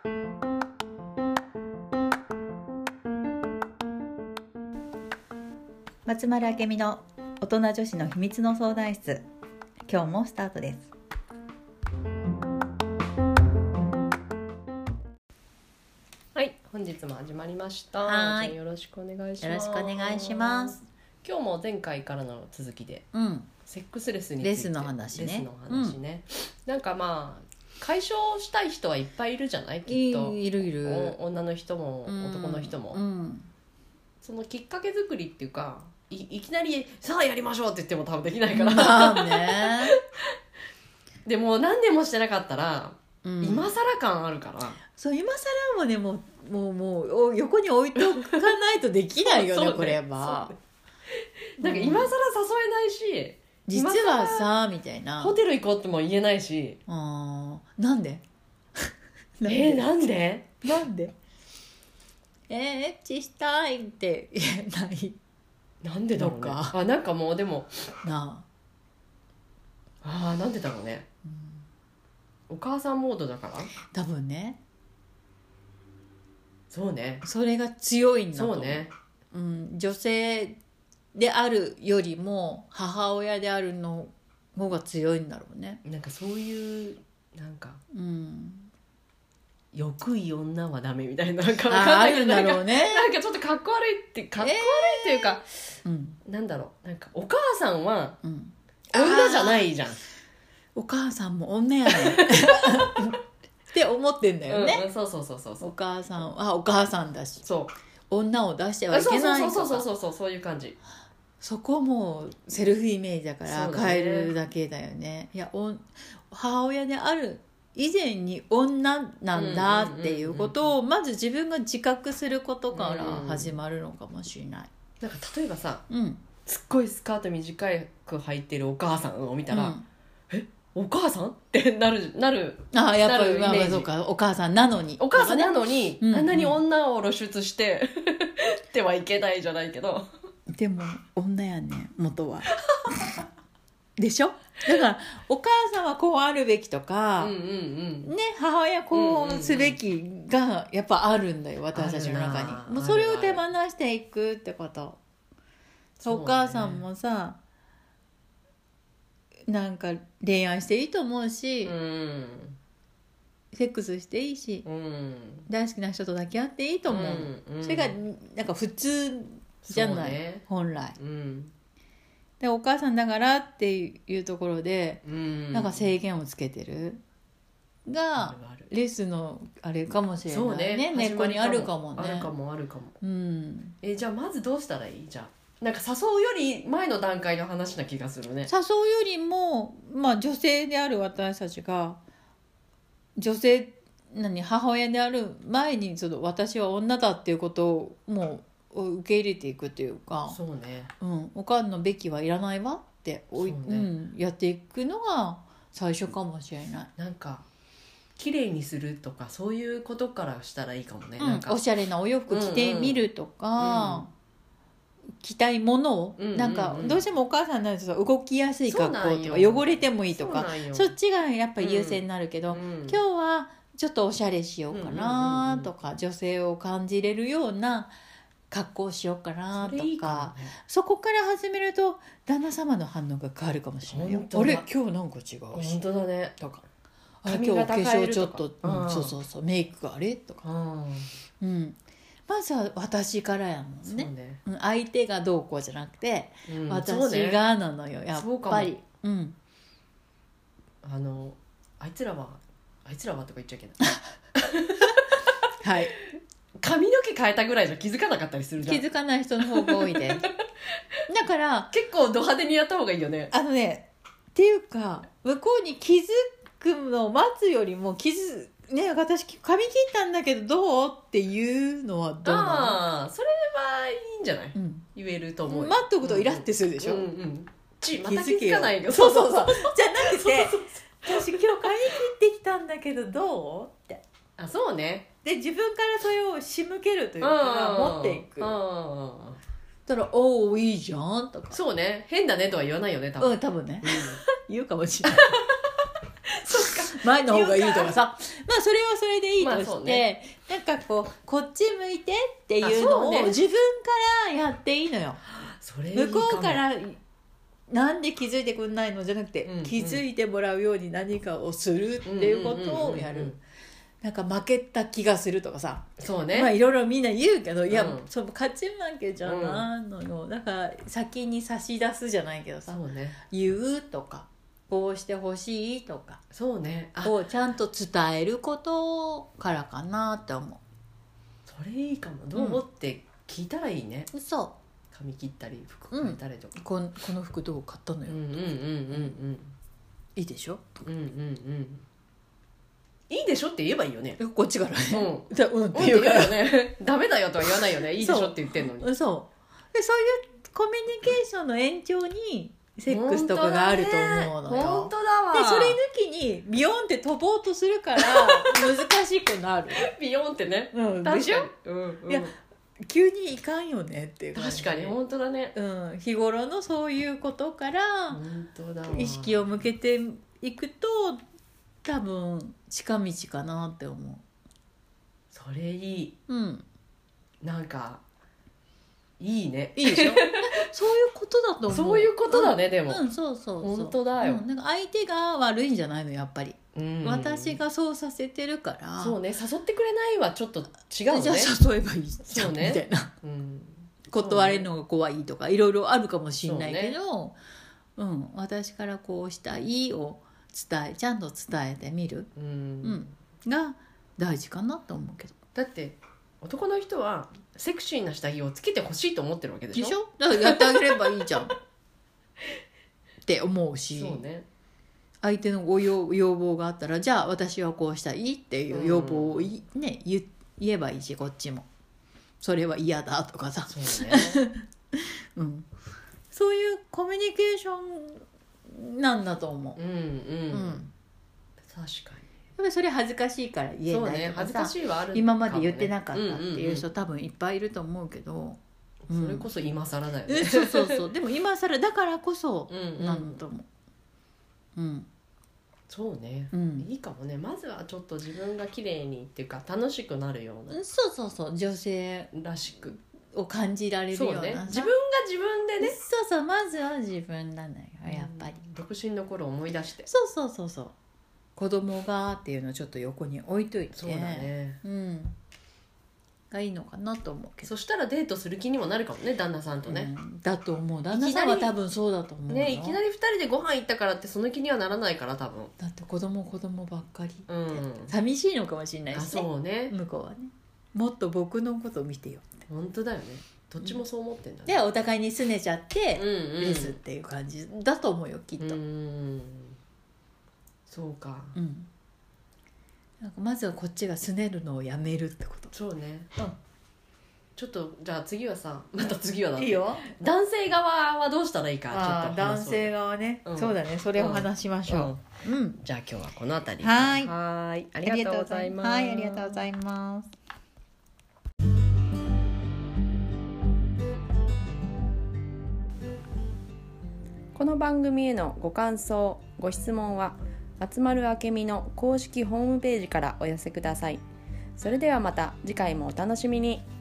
松丸明美の大人女子の秘密の相談室、今日もスタートです。 はい、本日も始まりました。 はい、 じゃあよろしくお願いします。 よろしくお願いします。 今日も前回からの続きで、セックスレスについて、 レスの話ね、 なんかまあ解消したい人はいっぱいいるじゃない、きっと。 いる女の人も男の人も、そのきっかけ作りっていうか、いきなりさあやりましょうって言っても多分できないから、 ね、 でも何年もしてなかったら、今更感あるから。 そう今更もね、もう横に置いとかないとできないよね。これはなんか今更誘えないし、 実はさみたいな、 ホテル行こうっても言えないし、 なんでなんでエッチしたいって言えないなんでだろうね。なんかもうでもなんでだろうね、お母さんモードだから多分ね。 そうね、 それが強いんだと思う。 そうね、 女性であるよりも母親であるの方が強いんだろうね。 なんかそういうなんか、欲い女はダメみたいな感じあるんだろうね。 なんかちょっとかっこ悪いっていうか、なんだろう、なんかお母さんは女じゃないじゃん。 お母さんも女やねんって思ってんだよね。 そうお母さんはお母さんだし、 そう女を出してはいけないとか、 そういう感じ。 そこもセルフイメージだから変えるだけだよね。いや、母親である以前に女なんだっていうことをまず自分が自覚することから始まるのかもしれない。 なんか例えばさ、すっごいスカート短く履いてるお母さんを見たら、お母さんってなるやっぱりそうか、お母さんなのにあんなに女を露出してってはいけないじゃないけど、 でも女やねん元はでしょ。だからお母さんはこうあるべきとか、母親こうすべきがやっぱあるんだよ、私たちの中に。もうそれを手放していくってこと。お母さんもさ、なんか恋愛していいと思うし、セックスしていいし、大好きな人と抱き合っていいと思う、それがなんか普通じゃない、本来、でお母さんだからっていうところで、なんか制限をつけてるがレスのあれかもしれないね。根っこにあるかもね。 あるかも。じゃあまずどうしたらいい？じゃあなんか誘うより前の段階の話な気がするね。 誘うよりも、女性である私たちが母親である前に私は女だっていうことをもう受け入れていくっていうか、 そうね、 おかんのべきはいらないわってやっていくのが最初かもしれない。 なんか綺麗にするとかそういうことからしたらいいかもね。 なんかおしゃれなお洋服着てみるとか、着たいものを、なんかどうしてもお母さんになると動きやすい格好とか汚れてもいいとか、そっちがやっぱ優先になるけど、今日はちょっとおしゃれしようかなとか、女性を感じれるような格好しようかなとか、そこから始めると旦那様の反応が変わるかもしれないよ。あれ今日なんか違うし、 本当だねとか、今日化粧ちょっと、そうメイクがあれとか、まずは私からやもんね。相手がどうこうじゃなくて、私がなのよ、やっぱり。 あいつらはとか言っちゃいけないはい、 髪の毛変えたぐらいじゃ気づかなかったりするじゃん。 気づかない人の方が多いでだから結構ド派手にやった方がいいよね。 っていうか、向こうに気づくのを待つよりも私髪切ったんだけどどうっていうのはどうなの？ それはいいんじゃない、言えると思うよ。 待っとくとイラってするでしょ。 また気づかないよ。 そうじゃなくて私今日髪切ってきたんだけどどうって。 そうね。 で自分からそれを仕向けるというか、持っていく。たらおーいいじゃんとか。 そうね、変だねとは言わないよね多分。 多分ね、言うかもしれない。 そっか。 前の方がいいとかさ、まあそれはそれでいいとして、ね、なんかこっち向いてっていうのを自分からやっていいのよ。 それいいかも。 向こうからなんで気づいてくんないのじゃなくて、気づいてもらうように何かをするっていうことをやる。なんか負けた気がするとかさ、 そうね、 まあいろいろみんな言うけど、いや、その勝ち負けじゃないのよ、だから先に差し出すじゃないけどさ、 そうね、 言うとかこうしてほしいとか、 そうね、 をちゃんと伝えることからかなって思う。 それいいかも。どうって聞いたらいいね。 そう、 髪切ったり服変えたりとか、 この服どう買ったのよ、いいでしょとか、 いいでしょって言えばいいよね。 こっちからね、 って言うからね。ダメだよとは言わないよね。いいでしょって言ってんのに。 そうで、そういうコミュニケーションの延長にセックスとかがあると思うのよ。 本当だわ。 でそれ抜きにビヨンって飛ぼうとするから難しくなる。 ビヨンってね、 確かに、いや急にいかんよねっていう感じ。 確かに本当だね、 日頃のそういうことから本当だわ、 意識を向けていくと多分近道かなって思う。 それいい、なんかいいね。 いいでしょそういうことだと思う。 そういうことだね、でもそう本当だよ、 なんか相手が悪いんじゃないのやっぱり、私がそうさせてるから。 そうね、誘ってくれないはちょっと違うね。 じゃあ誘えばいいじゃん、みたいな、断れるのが怖いとかいろいろあるかもしれないけど、私からこうしたいをちゃんと伝えてみる、が大事かなと思うけど。 だって男の人はセクシーな下着をつけてほしいと思ってるわけでしょ。 でしょ、だからやってあげればいいじゃんって思うし、 そうね、 相手の要望があったら、じゃあ私はこうしたいっていう要望を言えばいいし、こっちもそれは嫌だとかさ、 そうねそういうコミュニケーションなんだと思う。 確かに。 やっぱりそれ恥ずかしいから言えないとかさ、 恥ずかしいはある、 今まで言ってなかったっていう人多分いっぱいいると思うけど、 それこそ今更だよね。 そうでも今更だからこそなんだと思う。 そうね、いいかもね。まずはちょっと自分が綺麗にっていうか楽しくなるような、 そう女性らしくを感じられるような、 自分が自分でね、 まずは自分なのよやっぱり、 独身の頃思い出して、 そう子供がっていうのをちょっと横に置いといて、 そうだね、 がいいのかなと思うけど。 そしたらデートする気にもなるかもね、旦那さんとね、 だと思う。旦那さんは多分そうだと思うね。いきなり2人でご飯行ったからってその気にはならないから、多分だって子供ばっかりって、寂しいのかもしれないしね。 そうね、 向こうはね、もっと僕のことを見てよって。 本当だよね、どっちもそう思ってんだね。でお互いに拗ねちゃってですっていう感じだと思うよ、きっと。 そうか、 なんかまずはこっちが拗ねるのをやめるってこと。 そうね、ちょっとじゃあ次はさ、また次はだっていいよ。 男性側はどうしたらいいか、ちょっと男性側ね、そうだね、それを話しましょう。 じゃあ今日はこのあたり。 はい、 ありがとうございます。 はい、ありがとうございます。 この番組へのご感想、ご質問は松丸あけみの公式ホームページからお寄せください。それではまた次回もお楽しみに。